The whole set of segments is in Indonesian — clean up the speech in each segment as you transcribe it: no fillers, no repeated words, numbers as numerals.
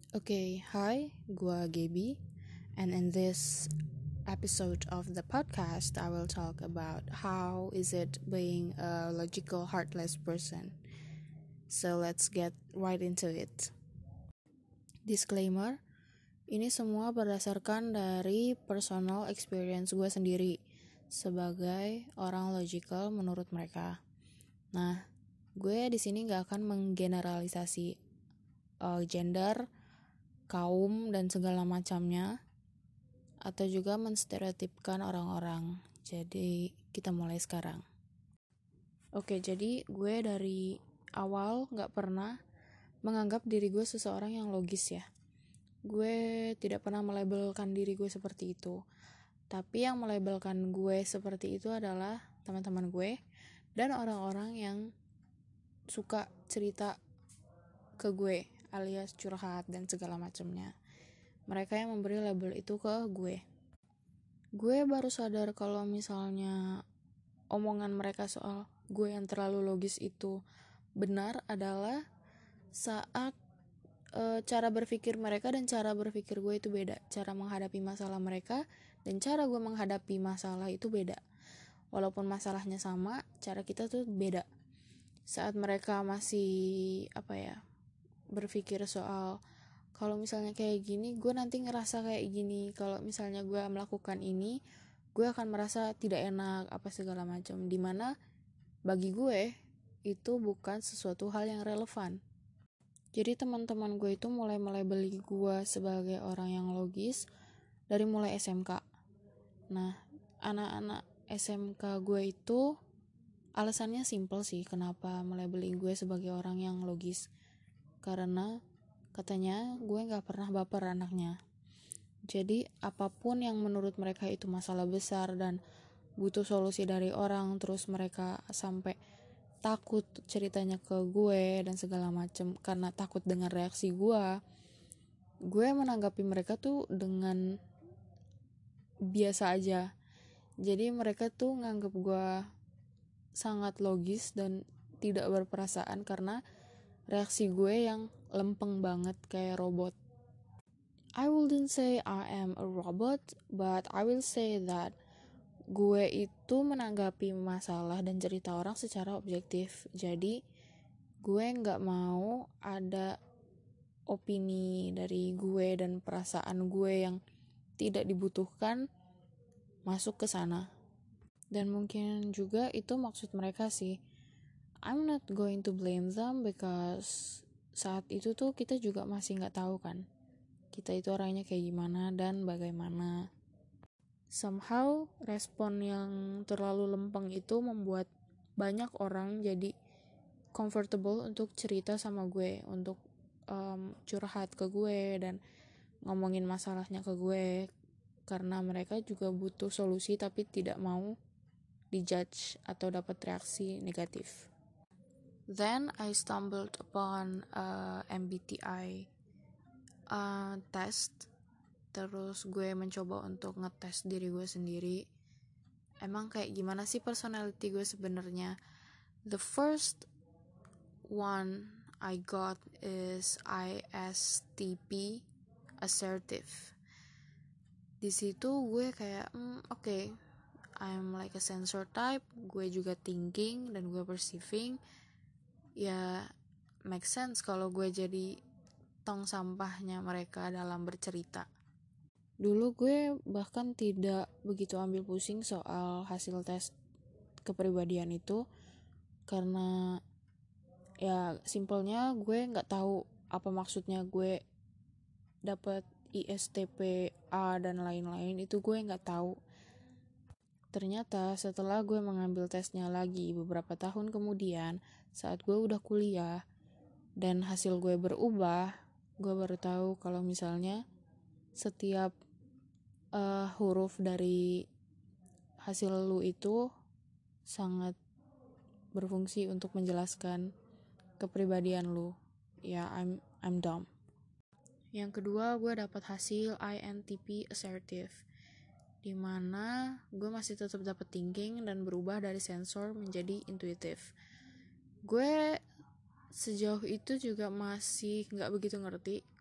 Okay, hi, gua Gaby, and in this episode of the podcast, I will talk about how is it being a logical, heartless person. So let's get right into it. Disclaimer, ini semua berdasarkan dari personal experience gue sendiri sebagai orang logical menurut mereka. Nah, gue di sini nggak akan menggeneralisasi gender, kaum, dan segala macamnya, atau juga menstereotipkan orang-orang. Jadi kita mulai sekarang. Oke, jadi gue dari awal gak pernah menganggap diri gue seseorang yang logis ya. Gue tidak pernah melabelkan diri gue seperti itu. Tapi yang melabelkan gue seperti itu adalah teman-teman gue dan orang-orang yang suka cerita ke gue alias curhat dan segala macamnya. Mereka yang memberi label itu ke gue. Gue baru sadar kalau misalnya omongan mereka soal gue yang terlalu logis itu benar adalah saat cara berpikir mereka dan cara berpikir gue itu beda. Cara menghadapi masalah mereka dan cara gue menghadapi masalah itu beda. Walaupun masalahnya sama, cara kita tuh beda. Saat mereka masih berpikir soal kalau misalnya kayak gini, gue nanti ngerasa kayak gini. Kalau misalnya gue melakukan ini, gue akan merasa tidak enak, apa segala macam. Dimana bagi gue, itu bukan sesuatu hal yang relevan. Jadi teman-teman gue itu mulai melabeli gue sebagai orang yang logis dari mulai SMK. Nah, anak-anak SMK gue itu alasannya simple sih kenapa melabeli gue sebagai orang yang logis. Karena katanya gue gak pernah baper anaknya. Jadi apapun yang menurut mereka itu masalah besar dan butuh solusi dari orang, terus mereka sampai takut ceritanya ke gue dan segala macem karena takut dengan reaksi gue menanggapi mereka tuh dengan biasa aja. Jadi mereka tuh nganggap gue sangat logis dan tidak berperasaan karena reaksi gue yang lempeng banget kayak robot. I wouldn't say I am a robot, but I will say that gue itu menanggapi masalah dan cerita orang secara objektif. Jadi gue gak mau ada opini dari gue dan perasaan gue yang tidak dibutuhkan masuk ke sana. Dan mungkin juga itu maksud mereka sih. I'm not going to blame them because saat itu tuh kita juga masih gak tahu kan kita itu orangnya kayak gimana dan bagaimana. Somehow respon yang terlalu lempeng itu membuat banyak orang jadi comfortable untuk cerita sama gue, untuk curhat ke gue dan ngomongin masalahnya ke gue, karena mereka juga butuh solusi tapi tidak mau dijudge atau dapat reaksi negatif. Then I stumbled upon MBTI test. Terus gue mencoba untuk ngetes diri gue sendiri. Emang kayak gimana sih personality gue sebenarnya? The first one I got is ISTP, assertive. Di situ gue kayak okay, I'm like a sensor type. Gue juga thinking dan gue perceiving. Ya make sense kalau gue jadi tong sampahnya mereka dalam bercerita. Dulu gue bahkan tidak begitu ambil pusing soal hasil tes kepribadian itu karena ya simpelnya gue nggak tahu apa maksudnya gue dapat ISTP A dan lain-lain, itu gue nggak tahu. Ternyata setelah gue mengambil tesnya lagi beberapa tahun kemudian saat gue udah kuliah dan hasil gue berubah, gue baru tahu kalau misalnya setiap huruf dari hasil lu itu sangat berfungsi untuk menjelaskan kepribadian lu. Ya, I'm dumb. Yang kedua, gue dapat hasil INTP assertive, dimana gue masih tetap dapat thinking dan berubah dari sensor menjadi intuitive. Gue sejauh itu juga masih nggak begitu ngerti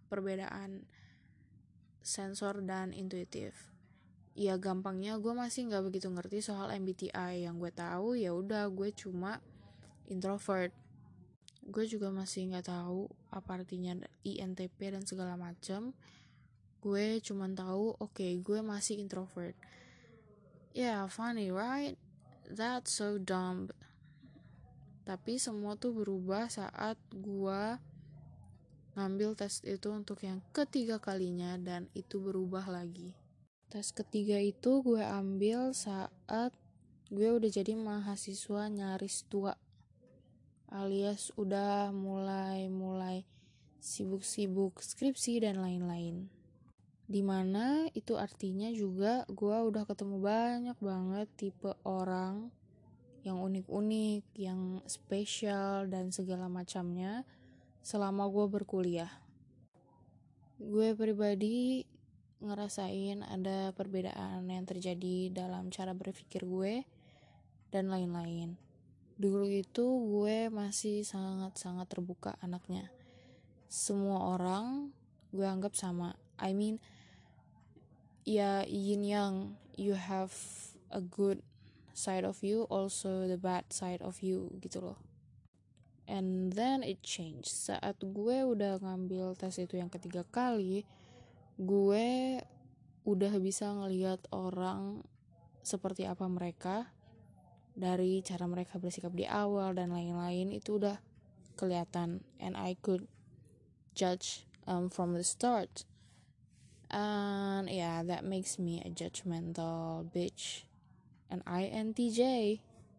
perbedaan sensor dan intuitif. Ya gampangnya gue masih nggak begitu ngerti soal MBTI. Yang gue tahu ya udah gue cuma introvert. Gue juga masih nggak tahu apa artinya INTP dan segala macam. Gue cuma tahu gue masih introvert. Yeah, funny right? That's so dumb. Tapi semua tuh berubah saat gue ngambil tes itu untuk yang ketiga kalinya, dan itu berubah lagi. Tes ketiga itu gue ambil saat gue udah jadi mahasiswa nyaris tua, alias udah mulai sibuk-sibuk skripsi dan lain-lain. Dimana itu artinya juga gue udah ketemu banyak banget tipe orang yang unik-unik, yang spesial dan segala macamnya selama gue berkuliah. Gue pribadi ngerasain ada perbedaan yang terjadi dalam cara berpikir gue dan lain-lain. Dulu itu gue masih sangat-sangat terbuka anaknya. Semua orang gue anggap sama. I mean, ya yin yang, you have a good side of you, also the bad side of you gitu loh. And then it changed. Saat gue udah ngambil tes itu yang ketiga kali, gue udah bisa ngelihat orang seperti apa mereka, dari cara mereka bersikap di awal dan lain-lain itu udah kelihatan, and I could judge from the start. And yeah, that makes me a judgmental bitch, an INTJ.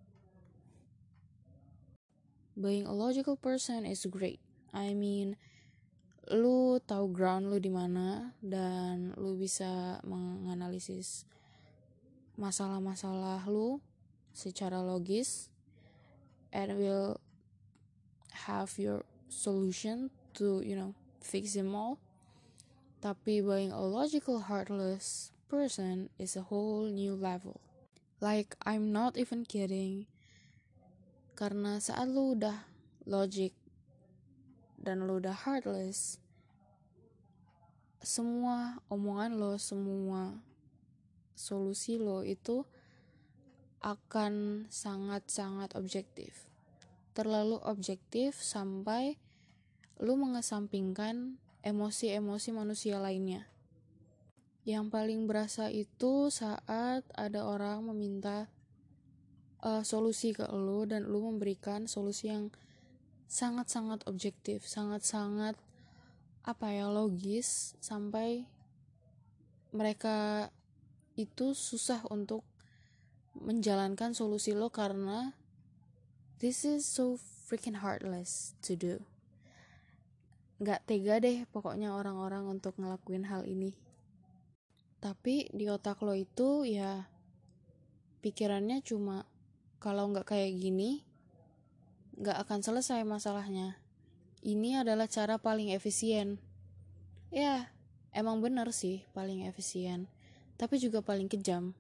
Being a logical person is great. I mean, lu tahu ground lu di mana dan lu bisa menganalisis masalah-masalah lu secara logis, and will have your solution to fix them all. Tapi being a logical heartless person is a whole new level. Like, I'm not even kidding. Karena saat lu udah logic dan lu udah heartless, semua omongan lo, semua solusi lo itu akan sangat-sangat objektif. Terlalu objektif sampai lu mengesampingkan emosi-emosi manusia lainnya. Yang paling berasa itu saat ada orang meminta solusi ke lu dan lu memberikan solusi yang sangat-sangat objektif, sangat-sangat logis, sampai mereka itu susah untuk menjalankan solusi lo karena this is so freaking heartless to do. Gak tega deh pokoknya orang-orang untuk ngelakuin hal ini. Tapi di otak lo itu ya pikirannya cuma, kalau gak kayak gini gak akan selesai masalahnya. Ini adalah cara paling efisien. Ya, emang bener sih paling efisien, tapi juga paling kejam.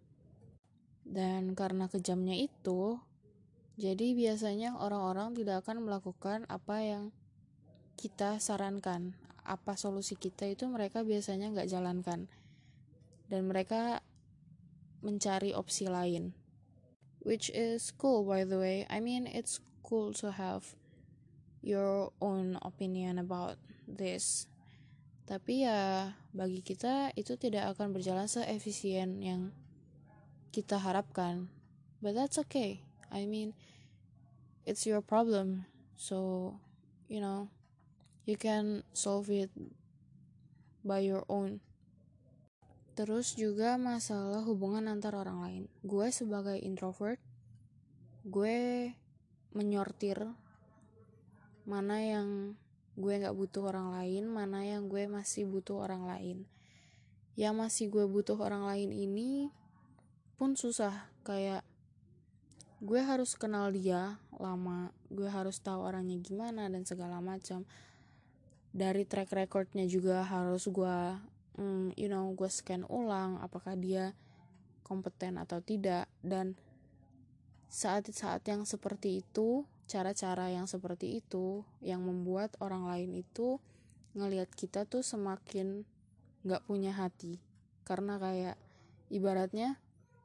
Dan karena kejamnya itu, jadi biasanya orang-orang tidak akan melakukan apa yang kita sarankan. Apa solusi kita itu mereka biasanya gak jalankan. Dan mereka mencari opsi lain. Which is cool, by the way. I mean, it's cool to have your own opinion about this. Tapi ya bagi kita itu tidak akan berjalan seefisien yang kita harapkan. But that's okay. I mean, it's your problem. So, you can solve it by your own. Terus juga masalah hubungan antar orang lain. Gue sebagai introvert, gue menyortir mana yang gue gak butuh orang lain, mana yang gue masih butuh orang lain. Yang masih gue butuh orang lain ini pun susah, kayak gue harus kenal dia lama, gue harus tahu orangnya gimana dan segala macam. Dari track recordnya juga harus gue gue scan ulang apakah dia kompeten atau tidak. Dan saat-saat yang seperti itu, cara-cara yang seperti itu yang membuat orang lain itu ngelihat kita tuh semakin gak punya hati. Karena kayak ibaratnya,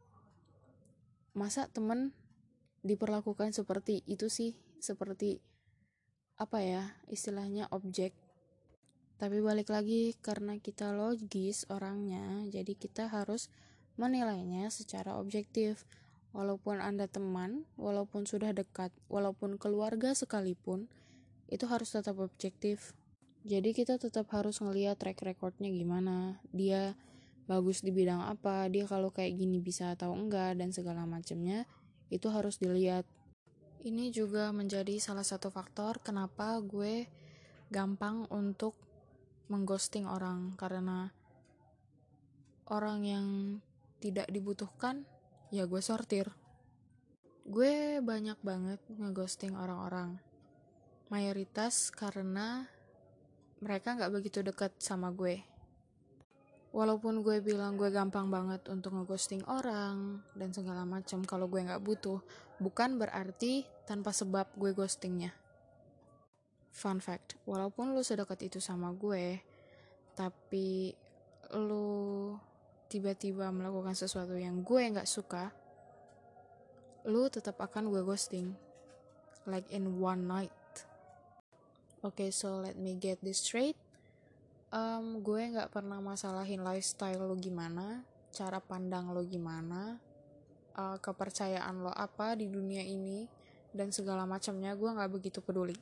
masa temen diperlakukan seperti itu sih, seperti istilahnya objek. Tapi balik lagi, karena kita logis orangnya, jadi kita harus menilainya secara objektif. Walaupun Anda teman, walaupun sudah dekat, walaupun keluarga sekalipun, itu harus tetap objektif. Jadi kita tetap harus ngeliat track recordnya gimana, dia bagus di bidang apa, dia kalau kayak gini bisa atau enggak, dan segala macamnya itu harus dilihat. Ini juga menjadi salah satu faktor kenapa gue gampang untuk mengghosting orang, karena orang yang tidak dibutuhkan ya gue sortir. Gue banyak banget ngeghosting orang-orang, mayoritas karena mereka gak begitu dekat sama gue. Walaupun gue bilang gue gampang banget untuk ngeghosting orang dan segala macam kalau gue gak butuh, bukan berarti tanpa sebab gue ghostingnya. Fun fact, walaupun lu sedekat itu sama gue, tapi lu tiba-tiba melakukan sesuatu yang gue gak suka, lu tetap akan gue ghosting. Like in one night. Okay, so let me get this straight. Gue gak pernah masalahin lifestyle lo gimana, cara pandang lo gimana, kepercayaan lo apa di dunia ini, dan segala macamnya gue gak begitu peduli.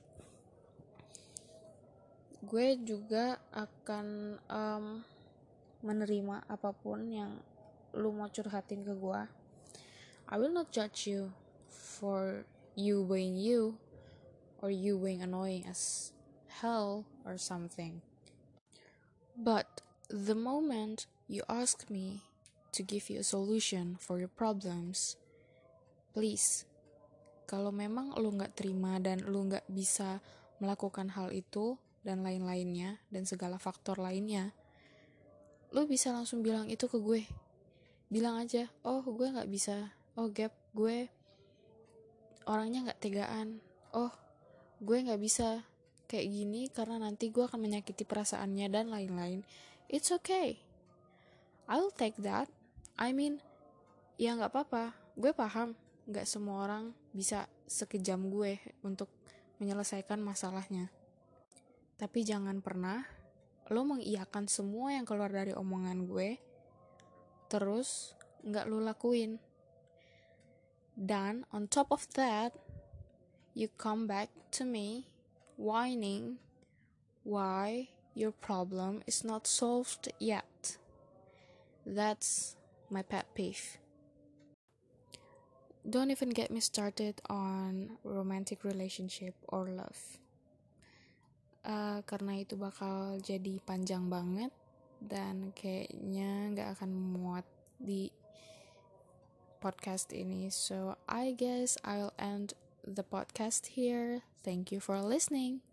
Gue juga akan menerima apapun yang lo mau curhatin ke gue. I will not judge you for you being you, or you being annoying as hell or something. But the moment you ask me to give you a solution for your problems, please, kalau memang lu gak terima dan lu gak bisa melakukan hal itu dan lain-lainnya dan segala faktor lainnya, lu bisa langsung bilang itu ke gue. Bilang aja, oh gue gak bisa, oh Gap, gue orangnya gak tegaan, oh gue gak bisa kayak gini karena nanti gue akan menyakiti perasaannya dan lain-lain. It's okay, I'll take that. I mean, ya gak apa-apa, gue paham gak semua orang bisa sekejam gue untuk menyelesaikan masalahnya. Tapi jangan pernah lo mengiyakan semua yang keluar dari omongan gue, terus gak lo lakuin. Dan on top of that, you come back to me whining why your problem is not solved yet. That's my pet peeve. Don't even get me started on romantic relationship or love. Karena itu bakal jadi panjang banget dan kayaknya gak akan muat di podcast ini. So I guess I'll end the podcast here. Thank you for listening.